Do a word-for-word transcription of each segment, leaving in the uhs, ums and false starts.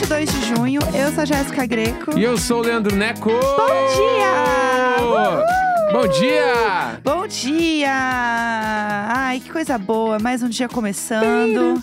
dois de junho. Eu sou a Jéssica Greco. E eu sou o Leandro Neco. Bom dia! Uhul! Bom dia! Bom dia! Ai, que coisa boa. Mais um dia começando.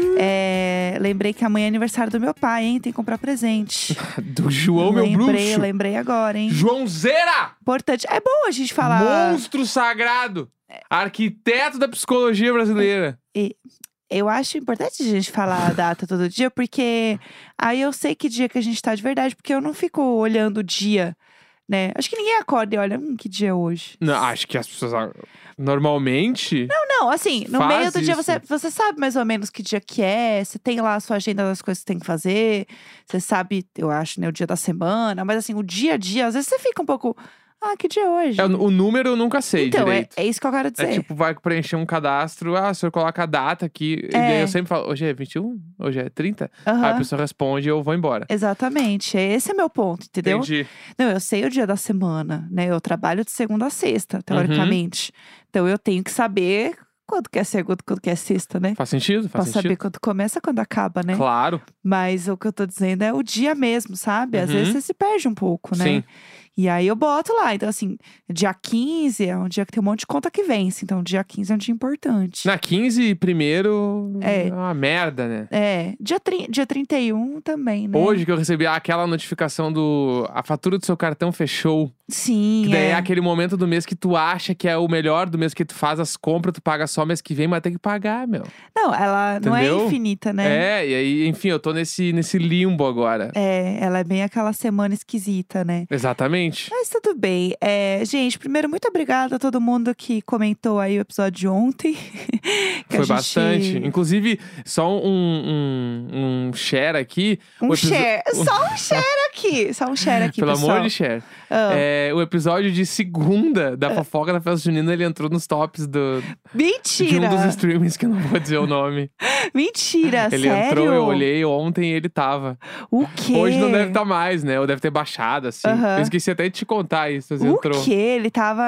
É, lembrei que amanhã é aniversário do meu pai, hein? Tem que comprar presente. Do João, meu lembrei, bruxo. Lembrei agora, hein? Joãozeira! Importante. É bom a gente falar... Monstro sagrado! Arquiteto da psicologia brasileira. E, eu acho importante a gente falar a data todo dia, porque aí eu sei que dia que a gente tá de verdade, porque eu não fico olhando o dia, né? Acho que ninguém acorda e olha, hum, que dia é hoje? Não, acho que as pessoas normalmente... Não, não, assim, no Faz meio do dia isso. você, você sabe mais ou menos que dia que é, você tem lá a sua agenda das coisas que tem que fazer, você sabe, eu acho, né, o dia da semana, mas assim, o dia a dia, às vezes você fica um pouco, ah, que dia é hoje? É, o número eu nunca sei então, é, direito. é isso que eu quero dizer. É tipo, vai preencher um cadastro, ah, o senhor coloca a data aqui. E daí eu sempre falo, hoje é vinte e um? Hoje é trinta? Aham. Aí a pessoa responde e eu vou embora. Exatamente, esse é meu ponto, entendeu? Entendi. Não, eu sei o dia da semana, né? Eu trabalho de segunda a sexta, Uhum. teoricamente. Então eu tenho que saber quando que é segunda, quando que é sexta, né? Faz sentido? Pra Faz saber sentido. quando começa, quando acaba, né? Claro. Mas o que eu tô dizendo é o dia mesmo, sabe? Às Uhum. vezes você se perde um pouco, né? Sim. E aí eu boto lá. Então, assim, dia quinze é um dia que tem um monte de conta que vence. Então, dia quinze é um dia importante. Na quinze, primeiro, É. é uma merda, né? É, dia, tri- dia trinta e um também, né? Hoje que eu recebi aquela notificação do... A fatura do seu cartão fechou. Sim, Que daí é. é. aquele momento do mês que tu acha que é o melhor do mês que tu faz as compras, tu paga só mês que vem, mas tem que pagar, meu. Não, ela não é Entendeu? infinita, né? É, e aí, enfim, eu tô nesse, nesse limbo agora. É, ela é bem aquela semana esquisita, né? Exatamente. Mas tudo bem. É, gente, primeiro, muito obrigada a todo mundo que comentou aí o episódio de ontem. Que a Foi gente- bastante. Inclusive, só um, um, um share aqui. Um O episo- share. Só um share aqui. Só um share aqui, Pelo pessoal. amor de share. Ah. É, o episódio de segunda da fofoca da festa junina, ele entrou nos tops do, de Mentira! um dos streamings, que eu não vou dizer o nome. Mentira, Ele sério? entrou, eu olhei ontem e ele tava. O quê? Hoje não deve estar mais, né? Ou deve ter baixado, assim. Aham. Eu esqueci até de te contar isso, você O entrou. quê? Ele tava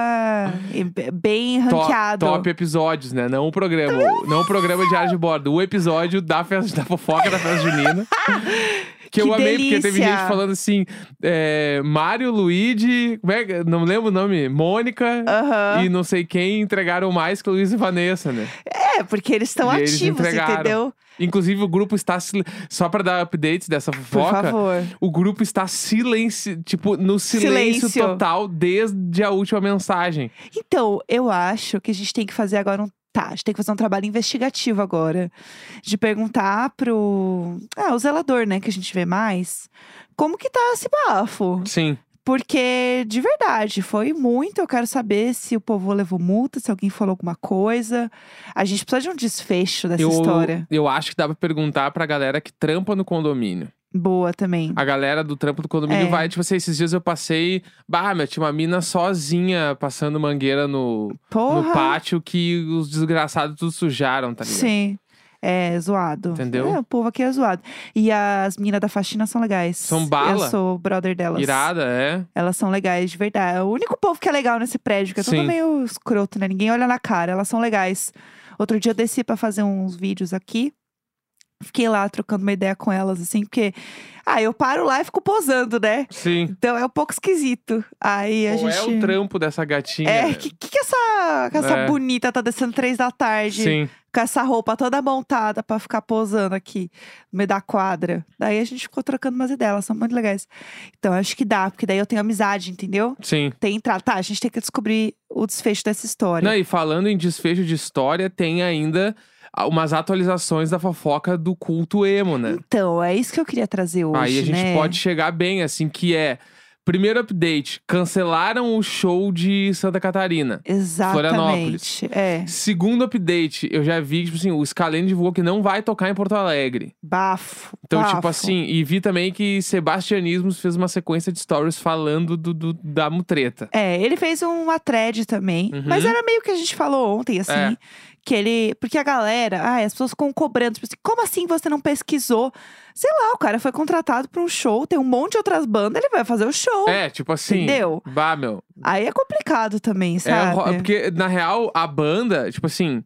eh, bem To- ranqueado. top episódios, né? Não o programa. Não o programa diário de bordo. O episódio da festa da fofoca da festa junina. Que, Que eu amei, porque teve delícia. gente falando assim: é, Mário, Luigi, como é que- não lembro o nome, Mônica Aham. e não sei quem entregaram mais que Luiz e Vanessa, né? É, porque eles estão E eles ativos, entregaram. entendeu? Inclusive, o grupo está. sil- Só pra dar updates dessa Por fofoca, favor. o grupo está silêncio, tipo, no silêncio, Silêncio. total desde a última mensagem. Então, eu acho que a gente tem que fazer agora um. Tá, a gente tem que fazer um trabalho investigativo agora. De perguntar pro. Ah, o zelador, né, que a gente vê mais. Como que tá esse bafo? Sim. Porque, de verdade, foi muito. Eu quero saber se o povo levou multa, se alguém falou alguma coisa. A gente precisa de um desfecho dessa Eu, história. eu acho que dá pra perguntar pra galera que trampa no condomínio. Boa também. A galera do trampo do condomínio É. vai, tipo assim, esses dias eu passei. Bah, meu, tinha uma mina sozinha passando mangueira no, Porra. no pátio que os desgraçados tudo sujaram, tá ligado? Sim. É zoado. Entendeu? É, o povo aqui é zoado. E as meninas da faxina são legais. São bala. Eu sou brother delas. Irada, é. Elas são legais, de verdade. É o único povo que é legal nesse prédio, que é todo Sim. meio escroto, né? Ninguém olha na cara. Elas são legais. Outro dia eu desci pra fazer uns vídeos aqui. Fiquei lá trocando uma ideia com elas, assim, porque... Ah, eu paro lá e fico posando, né? Sim. Então é um pouco esquisito. Aí a Qual gente... é o trampo dessa gatinha? É, né? que, que que essa, que essa É. bonita tá descendo três da tarde? Sim. Com essa roupa toda montada pra ficar posando aqui no meio da quadra. Daí a gente ficou trocando umas ideias, elas são muito legais. Então acho que dá, porque daí eu tenho amizade, entendeu? Sim. Tem entrada. Tá, a gente tem que descobrir o desfecho dessa história. Não, e falando em desfecho de história, tem ainda umas atualizações da fofoca do culto emo, né? Então, é isso que eu queria trazer hoje, Aí a gente né? pode chegar bem, assim, que é... Primeiro update, cancelaram o show de Santa Catarina. Florianópolis. Exatamente. É, Segundo update, eu já vi, tipo assim, o Scalene divulgou que não vai tocar em Porto Alegre. bafo. Então, bafo. tipo assim, e vi também que Sebastianismos fez uma sequência de stories falando do, do- da mutreta. É, ele fez uma thread também. Uhum. Mas era meio que a gente falou ontem, assim. É. Que ele. Porque a galera, ai, as pessoas ficam cobrando. Tipo assim, como assim você não pesquisou? Sei lá, o cara foi contratado pra um show, tem um monte de outras bandas, ele vai fazer o show. É, tipo assim. Entendeu? Bah, meu. Aí é complicado também, É, sabe? ro- porque, na real, a banda, tipo assim.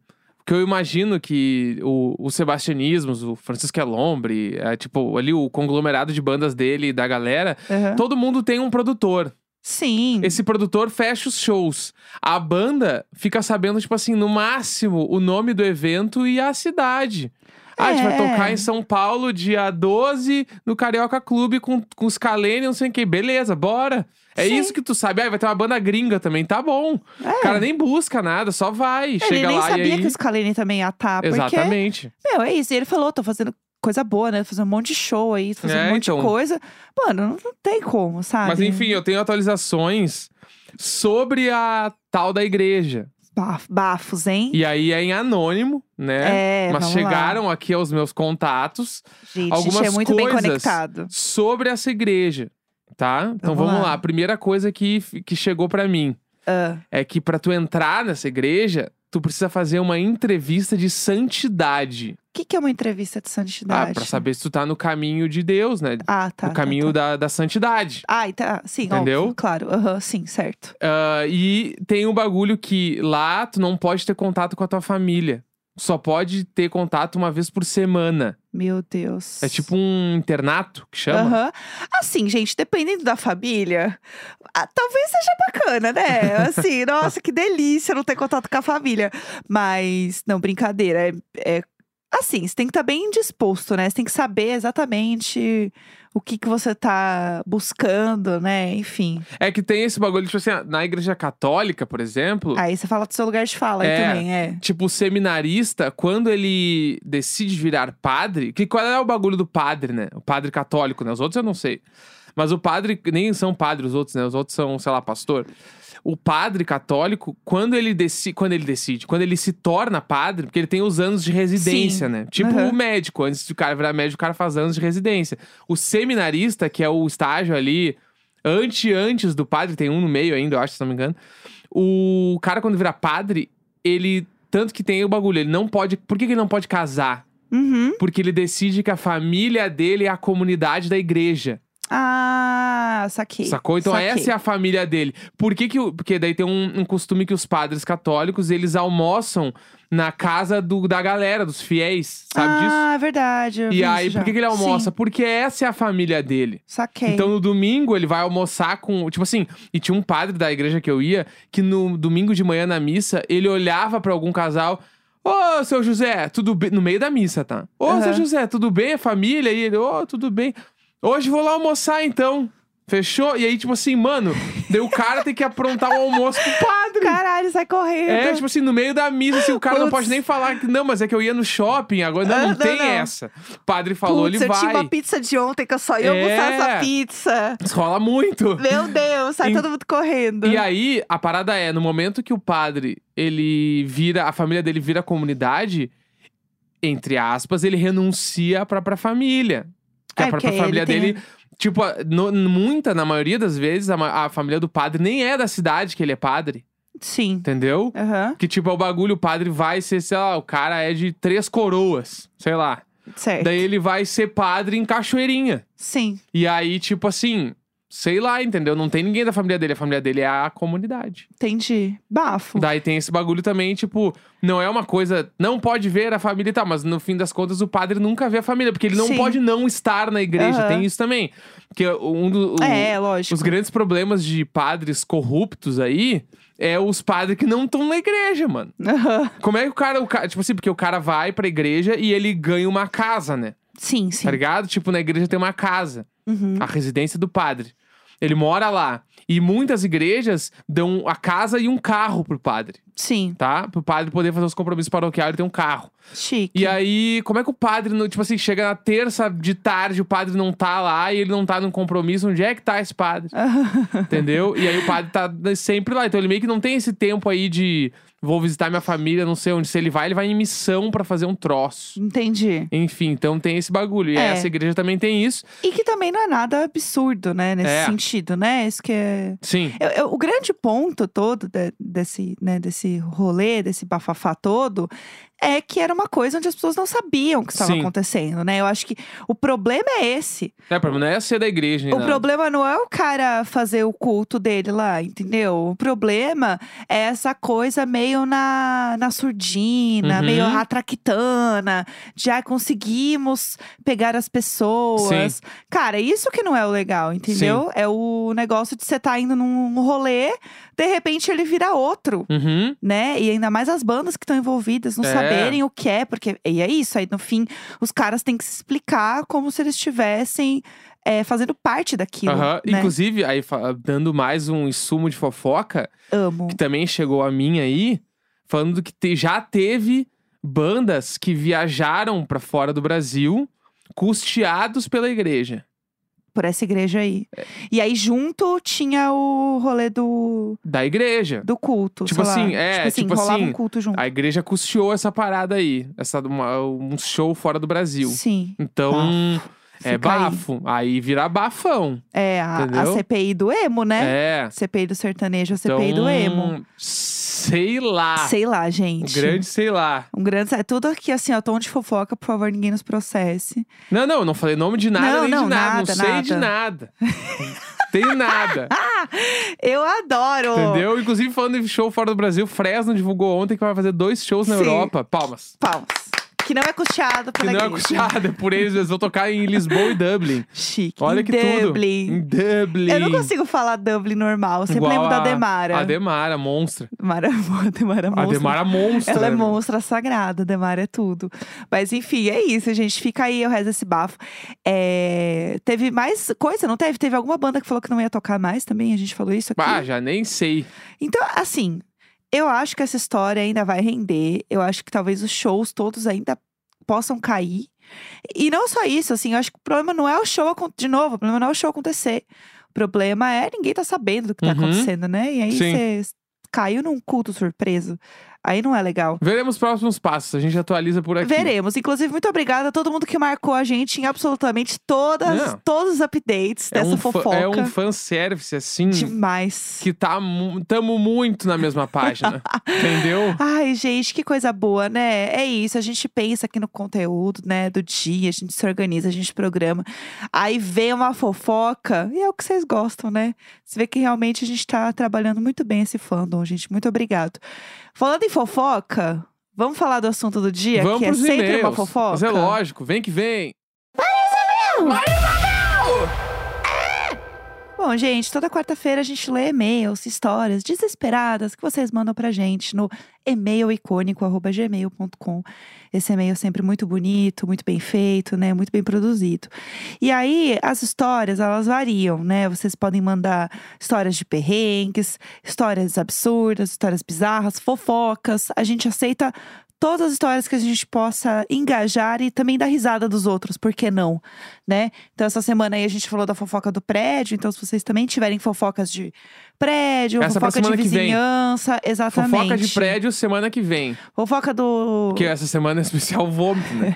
que eu imagino que o, o Sebastianismos, o Francisco Elombre, é, tipo, ali o conglomerado de bandas dele e da galera, Uhum. todo mundo tem um produtor. Sim. Esse produtor fecha os shows. A banda fica sabendo, tipo assim, no máximo, o nome do evento e a cidade. Ah, a gente vai É. tocar em São Paulo, dia doze, no Carioca Clube, com, com os Kalene, não sei o que. Beleza, bora. É Sim. isso que tu sabe. Ah, vai ter uma banda gringa também, tá bom. É. O cara nem busca nada, só vai. Ele chega nem lá sabia e aí... que o Scalene também ia estar, porque... Exatamente. Meu, é isso. E ele falou, tô fazendo coisa boa, né? Fazendo um monte de show aí, fazendo É, um monte então. de coisa. Mano, não, não tem como, sabe? Mas enfim, eu tenho atualizações sobre a tal da igreja. Baf- Bafos, hein? E aí é em anônimo, né? É, Mas vamos lá. chegaram aqui aos meus contatos Gente, algumas a gente é muito bem coisas conectado. sobre essa igreja, tá? Então Vamos vamos lá. lá. A primeira coisa que, que chegou pra mim Ah, é que pra tu entrar nessa igreja, tu precisa fazer uma entrevista de santidade. o que, que é uma entrevista de santidade? Ah, pra saber se tu tá no caminho de Deus, né? Ah, tá. no caminho tá, tá. Da, da santidade. Ah, tá. Sim, Entendeu? óbvio, claro. Aham, sim, certo. Ah, e tem um bagulho que lá tu não pode ter contato com a tua família. Só pode ter contato uma vez por semana. Meu Deus. É tipo um internato que chama. Aham. Assim, gente, dependendo da família, ah, talvez seja bacana, né? Assim, nossa, que delícia não ter contato com a família. Mas, não, brincadeira. É, é- assim, você tem que estar bem disposto, né? Você tem que saber exatamente o que, que você tá buscando, né? Enfim. É que tem esse bagulho, tipo assim, na igreja católica, por exemplo. Aí você fala do seu lugar de fala aí É. também, é. Tipo, o seminarista, quando ele decide virar padre. Que qual é o bagulho do padre, né? O padre católico, né? Os outros eu não sei. Mas o padre, nem são padres os outros, né? Os outros são, sei lá, pastor. O padre católico, quando ele, decide, quando ele decide, quando ele se torna padre, porque ele tem os anos de residência, Sim. né? Tipo Aham. o médico, antes de o cara virar médico, o cara faz anos de residência. O seminarista, que é o estágio ali, antes, antes do padre, tem um no meio ainda, eu acho, se não me engano. O cara, quando vira padre, ele. Tanto que tem o bagulho, ele não pode. Por que que ele não pode casar? Uhum. Porque ele decide que a família dele é a comunidade da igreja. Ah, saquei. Sacou? Então saquei. essa é a família dele. Por que que... o- Porque daí tem um, um costume que os padres católicos, eles almoçam na casa do, da galera, dos fiéis. Sabe disso? Ah, é verdade. eu vi E isso aí, já. por que que ele almoça? Sim, Porque essa é a família dele. saquei. Então, no domingo, ele vai almoçar com... Tipo assim, e tinha um padre da igreja que eu ia, que no domingo de manhã na missa, ele olhava pra algum casal... Ô, seu José, tudo bem? No meio da missa, tá? Ô, Aham. seu José, tudo bem? A família? E ele, ô, tudo bem. Hoje vou lá almoçar, então. Fechou? E aí, tipo assim, mano, daí o cara tem que aprontar o almoço pro padre. Caralho, sai correndo. É, tipo assim, no meio da missa, assim, o cara não Putz. pode nem falar que, não, mas é que eu ia no shopping agora. Não, Ah, não, não, tem não. essa. O padre falou, Putz, ele eu vai. tinha uma pizza de ontem que eu só ia É. almoçar essa pizza. Rola muito. Meu Deus, sai E- todo mundo correndo. E aí, a parada é, no momento que o padre, ele vira, a família dele vira comunidade, entre aspas, ele renuncia à própria família. Que É, a própria porque família ele tem- dele, tipo, no- muita, na maioria das vezes, a, ma- a família do padre nem é da cidade que ele é padre, Sim. entendeu? Aham, Que tipo, é o bagulho, o padre vai ser, sei lá, o cara é de Três Coroas, sei lá. certo. Daí ele vai ser padre em Cachoeirinha. Sim. E aí, tipo assim, sei lá, entendeu? Não tem ninguém da família dele, a família dele é a comunidade. Entendi. Bafo. Daí tem esse bagulho também, tipo, não é uma coisa. Não pode ver a família e tal, mas no fim das contas o padre nunca vê a família, porque ele não Sim. pode não estar na igreja. Aham. Tem isso também. Porque um dos. É, lógico. Os grandes problemas de padres corruptos aí é os padres que não estão na igreja, mano. Aham. Como é que o cara, o cara. Tipo assim, porque o cara vai pra igreja e ele ganha uma casa, né? Sim, sim. Tá ligado? Tipo, na igreja tem uma casa. Uhum. A residência do padre. Ele mora lá. E muitas igrejas dão a casa e um carro pro padre, Sim. tá? Pro padre poder fazer os compromissos paroquiais, ele tem um carro. Chique. E aí, como é que o padre, no- tipo assim, chega na terça de tarde, o padre não tá lá e ele não tá num compromisso, onde é que tá esse padre? Entendeu? E aí o padre tá sempre lá. Então ele meio que não tem esse tempo aí de vou visitar minha família, não sei onde. Se ele vai, ele vai em missão pra fazer um troço. Entendi. Enfim, então tem esse bagulho. E É. essa igreja também tem isso. E que também não é nada absurdo, né? Nesse É. sentido, né? Isso que é... Sim. Eu- eu- o grande ponto todo de- desse, né, desse rolê, desse bafafá todo, é que era uma coisa onde as pessoas não sabiam o que estava Sim. acontecendo, né? Eu acho que o problema é esse. É, o problema não é ser da igreja, nem O nada. problema não é o cara fazer o culto dele lá, entendeu? O problema é essa coisa meio na, na surdina, Uhum. meio atraquitana, de ah, conseguimos pegar as pessoas. Sim. Cara, isso que não é o legal, entendeu? É o negócio de você tá indo num rolê, de repente ele vira outro. Uhum. Né? E ainda mais as bandas que estão envolvidas não É. saberem o que é, porque e é isso, aí no fim os caras têm que se explicar como se eles estivessem é, fazendo parte daquilo. Aham. Né? Inclusive, aí fa- dando mais um insumo de fofoca, Amo. que também chegou a mim aí, falando que te- já teve bandas que viajaram pra fora do Brasil, custeados pela igreja. Por essa igreja aí. É. E aí junto tinha o rolê do, Da igreja. do culto. Tipo sei lá. assim, é, Tipo assim, tipo rolava assim, um culto junto. A igreja custeou essa parada aí. Essa, uma- um show fora do Brasil. Sim. Então, é Fica aí. bafo. Aí vira bafão. É, a, a Entendeu? C P I do emo, né? É. C P I do sertanejo, a Então, C P I do emo. sei lá. Sei lá, Um gente. grande sei lá. Um grande. É tudo aqui assim, ó, tom de fofoca, por favor, ninguém nos processe. Não, não, não falei nome de nada Não, nem não, de nada. nada, não sei de nada. Tenho nada. Eu adoro! Entendeu? Inclusive, falando em show fora do Brasil, Fresno divulgou ontem que vai fazer dois shows na Sim. Europa. Palmas. Palmas. Que não é custeado Que pela não é igreja. custeado, é por eles. Eles vão tocar em Lisboa e Dublin. Chique. Olha Em que tudo. Dublin. Em Dublin. Eu não consigo falar Dublin normal. Eu sempre Igual lembro da a- Demara. A Demara, monstra. Demara, a Demara é A monstra. Demara monstra. Ela é né? monstra sagrada, Demara é tudo. Mas enfim, é isso, gente. Fica aí o resto desse bafo. É, Teve mais coisa, não teve? Teve alguma banda que falou que não ia tocar mais também? A gente falou isso aqui? Ah, já nem sei. Então, assim, eu acho que essa história ainda vai render. Eu acho que talvez os shows todos ainda possam cair. E não só isso, assim, eu acho que o problema não é o show, acon- de novo, o problema não é o show acontecer. O problema é ninguém tá sabendo do que tá Uhum. acontecendo, né? E aí Sim. você caiu num culto surpreso. Aí não é legal. Veremos os próximos passos. A gente atualiza por aqui. Veremos. Inclusive, muito obrigada a todo mundo que marcou a gente em absolutamente todas, Não. todos os updates É dessa um, fã- fofoca. é um fanservice, assim, Demais. que tá mu- tamo muito na mesma página. Entendeu? Ai, gente, que coisa boa, né? É isso, a gente pensa aqui no conteúdo, né, do dia, a gente se organiza, a gente programa. Aí vem uma fofoca, e é o que vocês gostam, né? Você vê que realmente a gente tá trabalhando muito bem esse fandom, gente. Muito obrigado. Falando em fofoca, vamos falar do assunto do dia, Vamos que é pros sempre e-mails. uma fofoca? Mas é lógico, vem que vem. Bom, gente, toda quarta-feira a gente lê e-mails, histórias desesperadas que vocês mandam pra gente no e-mail icônico arroba gmail ponto com. Esse e-mail é sempre muito bonito, muito bem feito, né? Muito bem produzido. E aí, as histórias, elas variam, né? Vocês podem mandar histórias de perrengues, histórias absurdas, histórias bizarras, fofocas. A gente aceita todas as histórias que a gente possa engajar e também dar risada dos outros, por que não, né? Então essa semana aí a gente falou da fofoca do prédio, então se vocês também tiverem fofocas de prédio, Essa pra fofoca de semana que vem. vizinhança, exatamente. Fofoca de prédio semana que vem. Fofoca do Porque essa semana é especial vômito, né?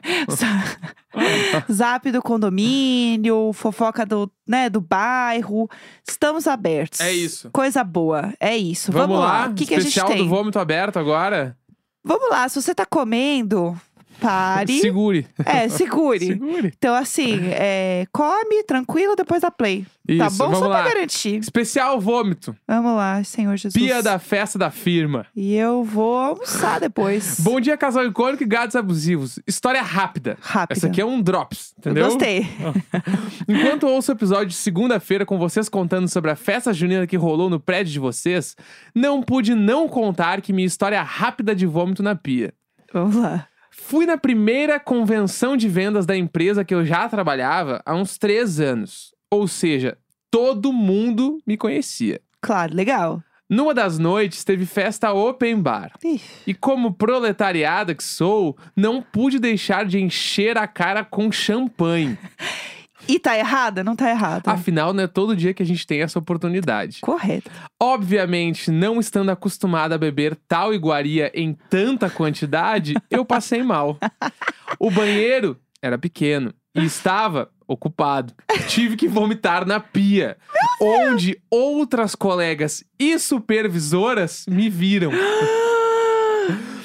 Zap do condomínio, fofoca do, né, do bairro. Estamos abertos. É isso. Coisa boa, é isso. Vamos, Vamos, lá. O que, que a gente especial tem? do vômito aberto agora. Vamos lá, se você tá comendo, pare. Segure. É, segure. Segure. Então, assim, é, come tranquilo depois da play. Isso, Tá bom? vamos Só lá. pra garantir. Especial vômito. Vamos lá, Senhor Jesus. Pia da festa da firma. E eu vou almoçar depois. Bom dia, casal icônico e gatos abusivos. História rápida. Rápida. Essa aqui é um drops, Eu entendeu? Gostei. Enquanto ouço o episódio de segunda-feira com vocês contando sobre a festa junina que rolou no prédio de vocês, não pude não contar que minha história rápida de vômito na pia. Vamos lá. Fui na primeira convenção de vendas da empresa que eu já trabalhava há uns três anos. Ou seja, todo mundo me conhecia. Claro, legal. Numa das noites, teve festa open bar. Ih, E como proletariada que sou, não pude deixar de encher a cara com champanhe. E tá errada? Não tá errada. Afinal, não é todo dia que a gente tem essa oportunidade. Correto. Obviamente, não estando acostumada a beber tal iguaria em tanta quantidade, eu passei mal. O banheiro era pequeno e estava ocupado. Tive que vomitar na pia, onde outras colegas e supervisoras me viram.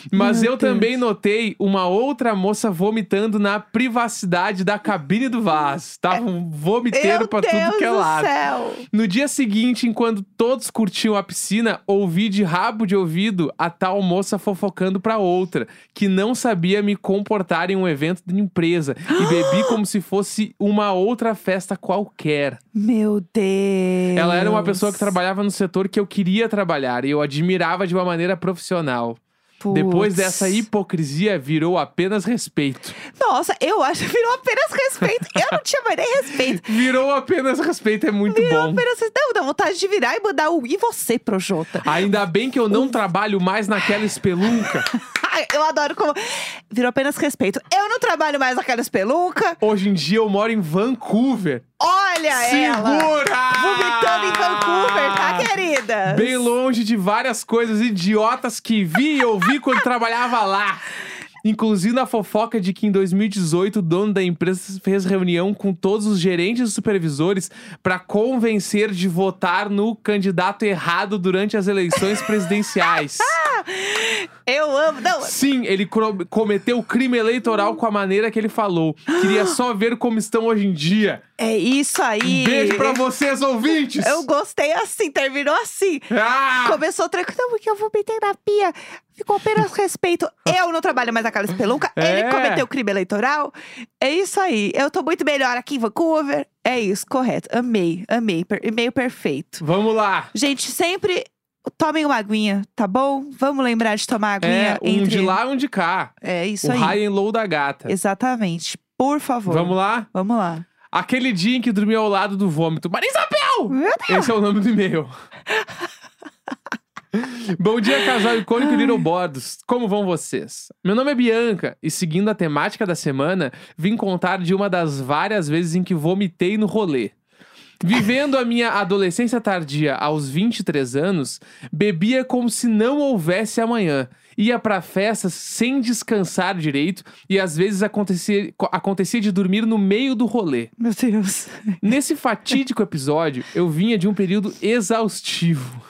Mas Meu eu Deus. também notei uma outra moça vomitando na privacidade da cabine do vaso. Tava um vomiteiro Meu pra Deus tudo que é do lado. céu. No dia seguinte, enquanto todos curtiam a piscina, ouvi de rabo de ouvido a tal moça fofocando pra outra, que não sabia me comportar em um evento de empresa e bebi como se fosse uma outra festa qualquer. Meu Deus. Ela era uma pessoa que trabalhava no setor que eu queria trabalhar e eu admirava de uma maneira profissional. Putz. Depois dessa hipocrisia, virou apenas respeito. Nossa, eu acho que virou apenas respeito. Eu não tinha mais nem respeito. Virou apenas respeito, é muito Virou bom. apenas respeito. Não, dá vontade de virar e mandar o e você, Projota. Ainda bem que eu não trabalho mais naquela espelunca. Ai, eu adoro como... Virou apenas respeito. Eu não trabalho mais naquela espelunca. Hoje em dia eu moro em Vancouver. Olha ela. Segura! Vomitando em Vancouver, tá, querida? Bem longe de várias coisas idiotas que vi e ouvi quando trabalhava lá. Inclusive na fofoca de que em dois mil e dezoito o dono da empresa fez reunião com todos os gerentes e supervisores para convencer de votar no candidato errado durante as eleições presidenciais. Eu amo. Não, Sim, ele cro- cometeu crime eleitoral com a maneira que ele falou. Queria só ver como estão hoje em dia. é isso aí. Beijo pra vocês, ouvintes! Eu gostei assim, terminou assim. Ah! Começou tranquilo, não, porque eu vomitei na pia. Ficou apenas respeito. Eu não trabalho mais naquela espelunca. É. Ele cometeu crime eleitoral. É isso aí. Eu tô muito melhor aqui em Vancouver. É isso, correto. Amei, amei. Per- e-mail perfeito. Vamos lá! Gente, sempre tomem uma aguinha, tá bom? Vamos lembrar de tomar aguinha É, um entre... de lá, um de cá. É isso o aí. high and low da gata. Exatamente. Por favor. Vamos lá? Vamos lá. Aquele dia em que dormi ao lado do vômito. Marisabel! Meu Deus. Esse é o nome do e-mail. Bom dia, casal icônico e Little Bordos. Como vão vocês? Meu nome é Bianca e, seguindo a temática da semana, vim contar de uma das várias vezes em que vomitei no rolê. Vivendo a minha adolescência tardia aos vinte e três anos, bebia como se não houvesse amanhã. Ia pra festas sem descansar direito e às vezes acontecia, acontecia de dormir no meio do rolê. Meu Deus. Nesse fatídico episódio, eu vinha de um período exaustivo.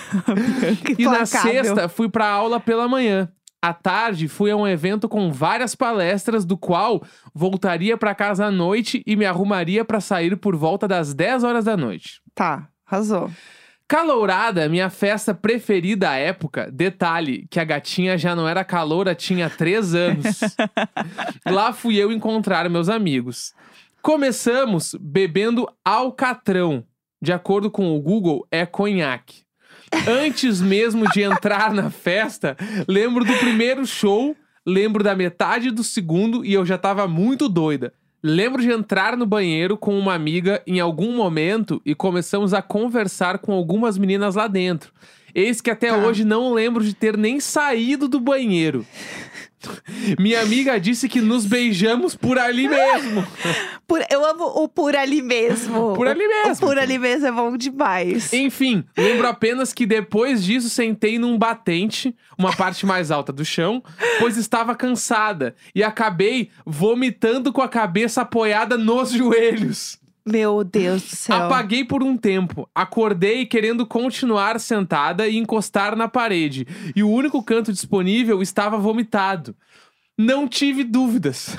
E na sexta, fui pra aula pela manhã. À tarde, fui a um evento com várias palestras, do qual voltaria pra casa à noite e me arrumaria pra sair por volta das dez horas da noite. Tá, arrasou. Calourada, minha festa preferida à época. Detalhe, que a gatinha já não era caloura, tinha três anos. Lá fui eu encontrar meus amigos. Começamos bebendo alcatrão. De acordo com o Google, é conhaque. Antes mesmo de entrar na festa, lembro do primeiro show, lembro da metade do segundo e eu já tava muito doida. Lembro de entrar no banheiro com uma amiga em algum momento e começamos a conversar com algumas meninas lá dentro. Eis que até Tá. hoje não lembro de ter nem saído do banheiro. Minha amiga disse que nos beijamos por ali mesmo. Por- eu amo o por ali mesmo. Por ali O- mesmo. O por ali mesmo é bom demais. Enfim, lembro apenas que depois disso sentei num batente, uma parte mais alta do chão, pois estava cansada e acabei vomitando com a cabeça apoiada nos joelhos. Meu Deus do céu. Apaguei por um tempo, acordei querendo continuar sentada e encostar na parede, e o único canto disponível estava vomitado. Não tive dúvidas.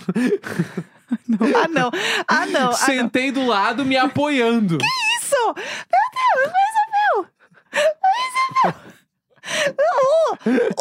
Ah, não. Ah, não. Ah, não. Sentei do lado me apoiando. Isso! Meu Deus, Isabel! Isabel! Oh,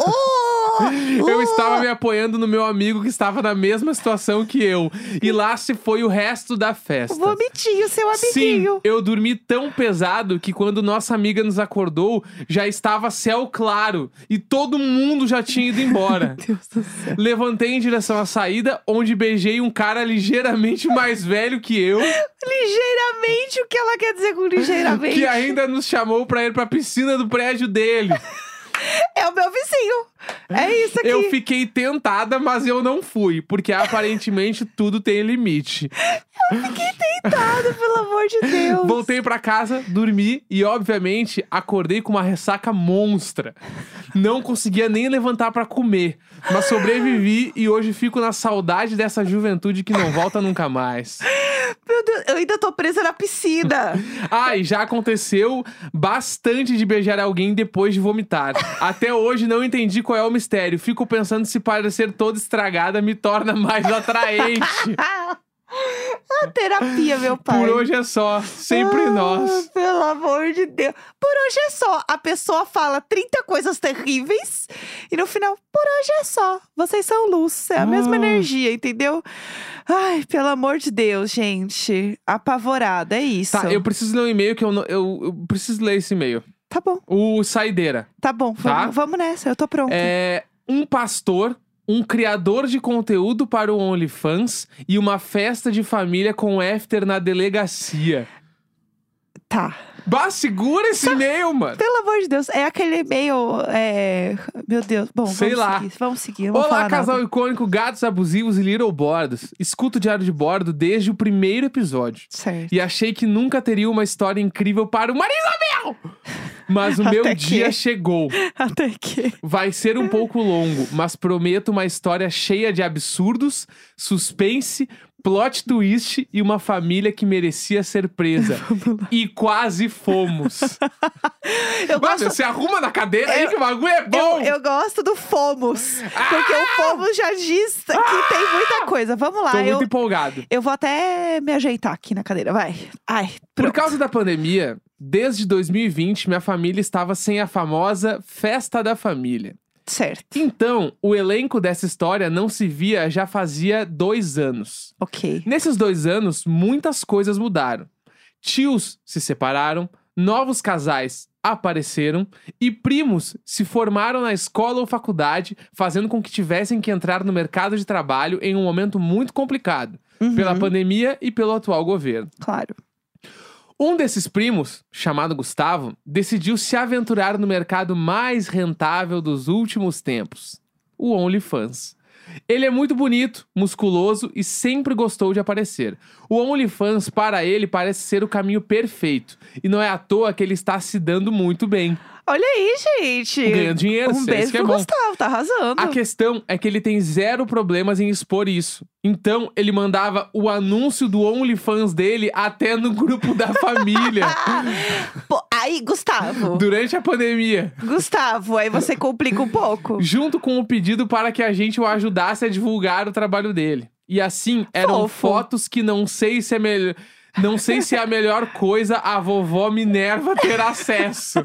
oh, Eu oh. estava me apoiando no meu amigo que estava na mesma situação que eu. E lá se foi o resto da festa. Vomitinho, seu Sim, amiguinho. eu dormi tão pesado que quando nossa amiga nos acordou, já estava céu claro. E todo mundo já tinha ido embora. Meu Deus do céu. Levantei em direção à saída, onde beijei um cara ligeiramente mais velho que eu, Ligeiramente, o que ela quer dizer com ligeiramente? que ainda nos chamou pra ir pra piscina do prédio dele. É o meu vizinho. É isso aqui. Eu fiquei tentada, mas eu não fui, porque aparentemente tudo tem limite. Fiquei tentado, pelo amor de Deus. Voltei pra casa, dormi e, obviamente, acordei com uma ressaca monstra. Não conseguia nem levantar pra comer, mas sobrevivi e hoje fico na saudade dessa juventude que não volta nunca mais. Meu Deus, eu ainda tô presa na piscina. Ah, e já aconteceu bastante de beijar alguém depois de vomitar. Até hoje não entendi qual é o mistério. Fico pensando se parecer toda estragada me torna mais atraente. A terapia, meu pai. Por hoje é só. Sempre Ah, nós. Pelo amor de Deus. Por hoje é só. A pessoa fala trinta coisas terríveis e no final, por hoje é só. Vocês são luz. É a mesma Ah. energia, entendeu? Ai, pelo amor de Deus, gente. Apavorada, é isso. Tá, eu preciso ler um e-mail que eu, não- eu, eu preciso ler esse e-mail. Tá bom, O Saideira. tá bom. Tá. Vamos, vamos nessa, eu tô pronta. É um pastor, um criador de conteúdo para o OnlyFans e uma festa de família com after na delegacia. Tá. Bah, segura esse e-mail, mano. Pelo amor de Deus, é aquele e-mail. É... Meu Deus. Bom, Sei vamos lá. seguir. Vamos seguir. Eu vou Olá, falar casal nada. icônico, gatos abusivos e little bordos. Escuto o Diário de Bordo desde o primeiro episódio. Certo. E achei que nunca teria uma história incrível para o Marisabel! Mas o meu Até dia que. chegou. Até que. Vai ser um pouco longo, mas prometo uma história cheia de absurdos, suspense, plot twist e uma família que merecia ser presa. E quase fomos. Eu Mano, gosto. você arruma na cadeira aí Eu- que o bagulho é bom! Eu, eu gosto do Fomos. Porque o Fomos já diz que tem muita coisa. Vamos lá. Tô Eu, muito empolgado. eu vou até me ajeitar aqui na cadeira. Vai. Ai, Por pronto. causa da pandemia, desde dois mil e vinte, minha família estava sem a famosa Festa da Família. Certo. Então, o elenco dessa história não se via já fazia dois anos. Ok. Nesses dois anos, muitas coisas mudaram. Tios se separaram, novos casais apareceram e primos se formaram na escola ou faculdade, fazendo com que tivessem que entrar no mercado de trabalho em um momento muito complicado, Uhum, pela pandemia e pelo atual governo. Claro. Um desses primos, chamado Gustavo, decidiu se aventurar no mercado mais rentável dos últimos tempos, o OnlyFans. Ele é muito bonito, musculoso e sempre gostou de aparecer. O OnlyFans, para ele, parece ser o caminho perfeito. E não é à toa que ele está se dando muito bem. Olha aí, gente. Ganhando dinheiro, Um isso beijo que é pro bom. Gustavo, tá arrasando. A questão é que ele tem zero problemas em expor isso. Então, ele mandava o anúncio do OnlyFans dele até no grupo da família. Pô, aí, Gustavo. Durante a pandemia. Gustavo, aí você complica um pouco. Junto com o pedido para que a gente o ajudasse a divulgar o trabalho dele. E assim, eram Fofo. fotos que não sei se é melhor... Não sei se é a melhor coisa a vovó Minerva ter acesso.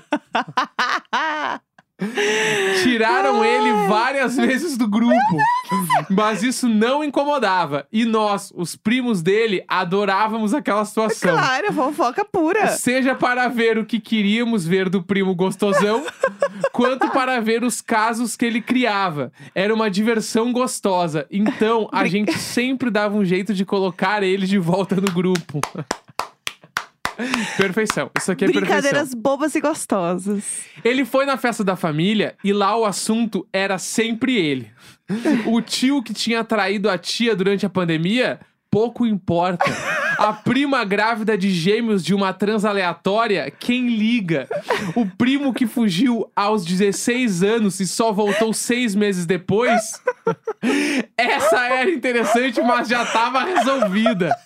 Tiraram ele várias vezes do grupo. Mas isso não incomodava. E nós, os primos dele, adorávamos aquela situação. Claro, fofoca pura. Seja para ver o que queríamos ver do primo gostosão, quanto para ver os casos que ele criava. Era uma diversão gostosa. Então, a gente sempre dava um jeito de colocar ele de volta no grupo. Perfeição. Isso aqui é perfeição. Brincadeiras bobas e gostosas. Ele foi na festa da família e lá o assunto era sempre ele. O tio que tinha traído a tia durante a pandemia, pouco importa. A prima grávida de gêmeos de uma trans aleatória, quem liga? O primo que fugiu aos dezesseis anos e só voltou seis meses depois? Essa era interessante, mas já tava resolvida.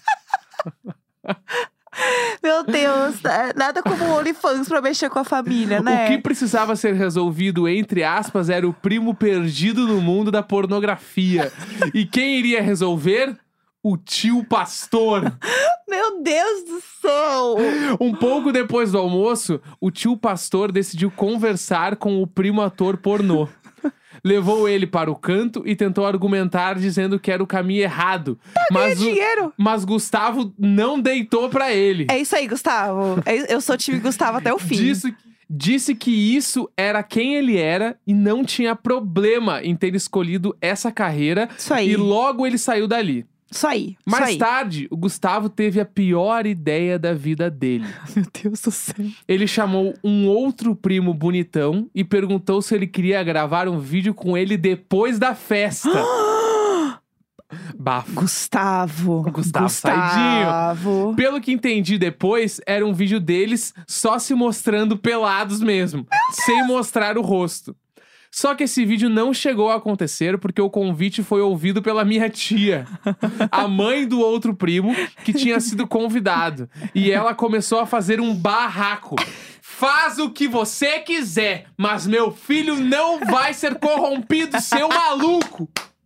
Meu Deus, é, nada como o OnlyFans pra mexer com a família, né? O que precisava ser resolvido, entre aspas, era o primo perdido no mundo da pornografia. E quem iria resolver? O tio pastor. Meu Deus do céu! Um pouco depois do almoço, o tio pastor decidiu conversar com o primo ator pornô. Levou ele para o canto e tentou argumentar dizendo que era o caminho errado. Mas, o- dinheiro. mas Gustavo não deitou pra ele. É isso aí, Gustavo. É- Eu sou time Gustavo até o fim. Disse, disse que isso era quem ele era e não tinha problema em ter escolhido essa carreira. Isso aí. E logo ele saiu dali. Isso aí. Mais isso aí. tarde, o Gustavo teve a pior ideia da vida dele. Meu Deus do céu. Ele chamou um outro primo bonitão e perguntou se ele queria gravar um vídeo com ele depois da festa. Bafo. Gustavo. Gustavo Saidinho. Gustavo. Pelo que entendi depois, era um vídeo deles só se mostrando pelados mesmo, sem mostrar o rosto. Só que esse vídeo não chegou a acontecer porque o convite foi ouvido pela minha tia, a mãe do outro primo, que tinha sido convidado. E ela começou a fazer um barraco. Faz o que você quiser, mas meu filho não vai ser corrompido, seu maluco!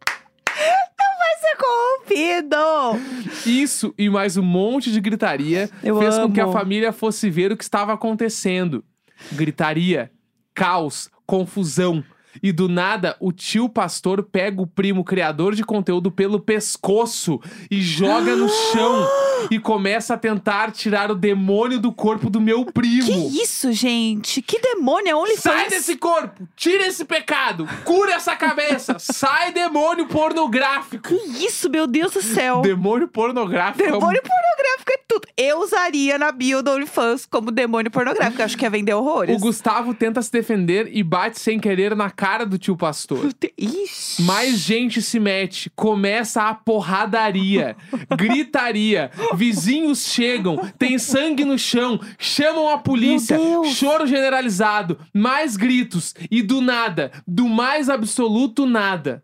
Vai ser corrompido! Isso e mais um monte de gritaria Eu fez amo. com que a família fosse ver o que estava acontecendo. Gritaria, caos, confusão. E do nada, o tio pastor pega o primo criador de conteúdo pelo pescoço e joga no chão. E começa a tentar tirar o demônio do corpo do meu primo. Que isso, gente? Que demônio é OnlyFans? Sai desse corpo! Tira esse pecado! Cura essa cabeça! Sai, demônio pornográfico! Que isso, meu Deus do céu? Demônio pornográfico. Demônio pornográfico é tudo. Eu usaria na bio do OnlyFans como demônio pornográfico. Eu acho que é vender horrores. O Gustavo tenta se defender e bate sem querer na cara do tio pastor. Ixi. Mais gente se mete, começa a porradaria, gritaria, vizinhos chegam, tem sangue no chão, chamam a polícia, Meu Deus. choro generalizado, mais gritos e do nada, do mais absoluto nada.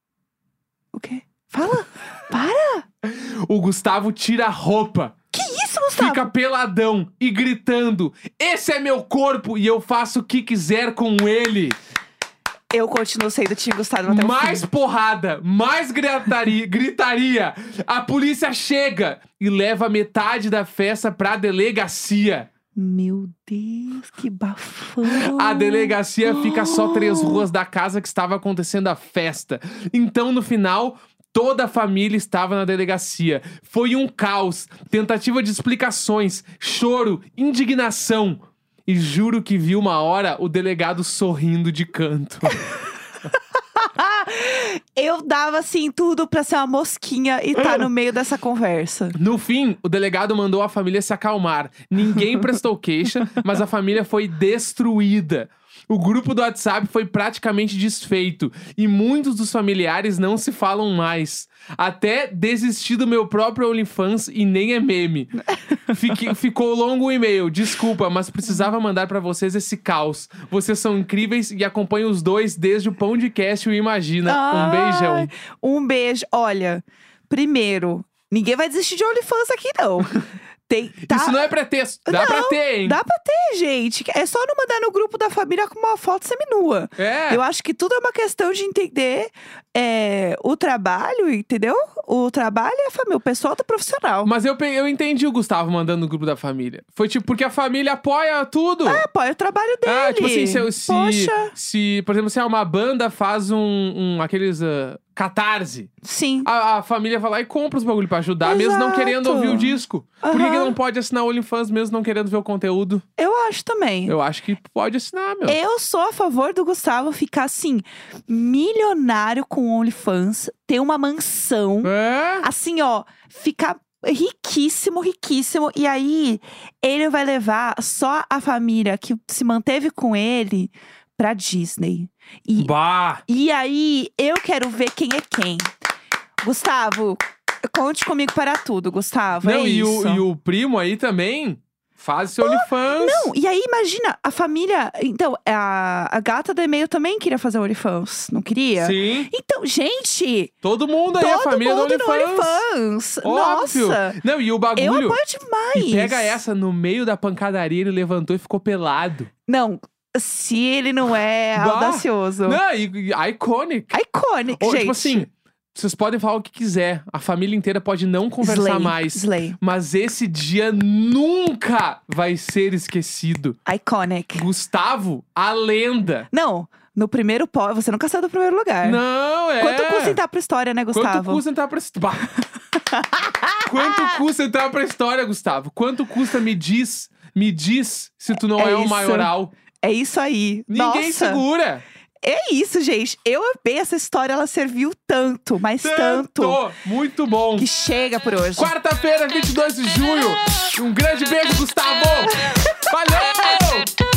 O quê? Fala. Para. O Gustavo tira a roupa. Que isso, Gustavo? Fica peladão e gritando: esse é meu corpo e eu faço o que quiser com ele. Eu continuo sendo Tim Gustavo até o Mais fim. porrada, mais gritaria, gritaria. A polícia chega e leva metade da festa pra delegacia. Meu Deus, que bafão. A delegacia fica só três ruas da casa que estava acontecendo a festa. Então, no final, toda a família estava na delegacia. Foi um caos, tentativa de explicações, choro, indignação. E juro que vi uma hora o delegado sorrindo de canto. Eu dava, assim, tudo pra ser uma mosquinha e tá no meio dessa conversa. No fim, o delegado mandou a família se acalmar. Ninguém prestou queixa, mas a família foi destruída. O grupo do WhatsApp foi praticamente desfeito e muitos dos familiares não se falam mais. Até desisti do meu próprio OnlyFans e nem é meme. Fique, ficou longo o e-mail, desculpa, mas precisava mandar pra vocês esse caos. Vocês são incríveis e acompanho os dois desde o podcast e o Imagina. Um Ai, beijão. Um beijo. Olha, primeiro, ninguém vai desistir de OnlyFans aqui, não. Tem, tá... Isso não é pretexto. Dá Não, pra ter, hein? Dá pra ter, gente. É só não mandar no grupo da família com uma foto seminua. É. Eu acho que tudo é uma questão de entender é, o trabalho, entendeu? O trabalho é a família, o pessoal do profissional. Mas eu, pe- eu entendi o Gustavo mandando no grupo da família. Foi tipo, porque a família apoia tudo. É, pô, é o trabalho dele. Ah, tipo assim, se, eu- se, Poxa. se, por exemplo, se uma banda faz um, um aqueles ah, catarse, Sim. a, a família vai lá e compra os bagulho pra ajudar, mesmo não Exato. querendo ouvir o disco. Por que, que Aham. não pode assinar o OnlyFans mesmo não querendo ver o conteúdo? Eu acho também. Eu acho que pode assinar, meu. Eu sou a favor do Gustavo ficar, assim, milionário com OnlyFans, ter uma mansão, É? assim, ó, ficar riquíssimo, riquíssimo. E aí, ele vai levar só a família que se manteve com ele pra Disney. E, Bah! e aí, eu quero ver quem é quem. Gustavo, conte comigo para tudo, Gustavo. Não, é e, isso. o, e o primo aí também faz seu OnlyFans. Não, e aí imagina, a família... Então, a, a gata do e-mail também queria fazer OnlyFans, não queria? Sim. Então, gente, Todo mundo aí, a todo família mundo do no OnlyFans. OnlyFans. Óbvio. Nossa, Não, e o eu bagulho... apoio demais. E pega essa, no meio da pancadaria, ele levantou e ficou pelado. Não, se ele não é Bah. audacioso. Não, e, e iconic. Iconic, Ou, gente. tipo assim, vocês podem falar o que quiser. A família inteira pode não conversar Slay, mais. Slay. Mas esse dia nunca vai ser esquecido. Iconic. Gustavo, a lenda. Não, no primeiro pó, você nunca saiu do primeiro lugar. Não, é. Quanto custa entrar pra história, né, Gustavo? Quanto custa entrar pra história? Quanto custa entrar pra história, Gustavo? Quanto custa, me diz, me diz se tu não é, É o isso. maioral. É isso aí. Ninguém Nossa. segura. É isso, gente. Eu amei essa história, ela serviu tanto, mas tanto, Tanto. Muito bom. que chega por hoje. Quarta-feira, vinte e dois de junho. Um grande beijo, Gustavo. Valeu!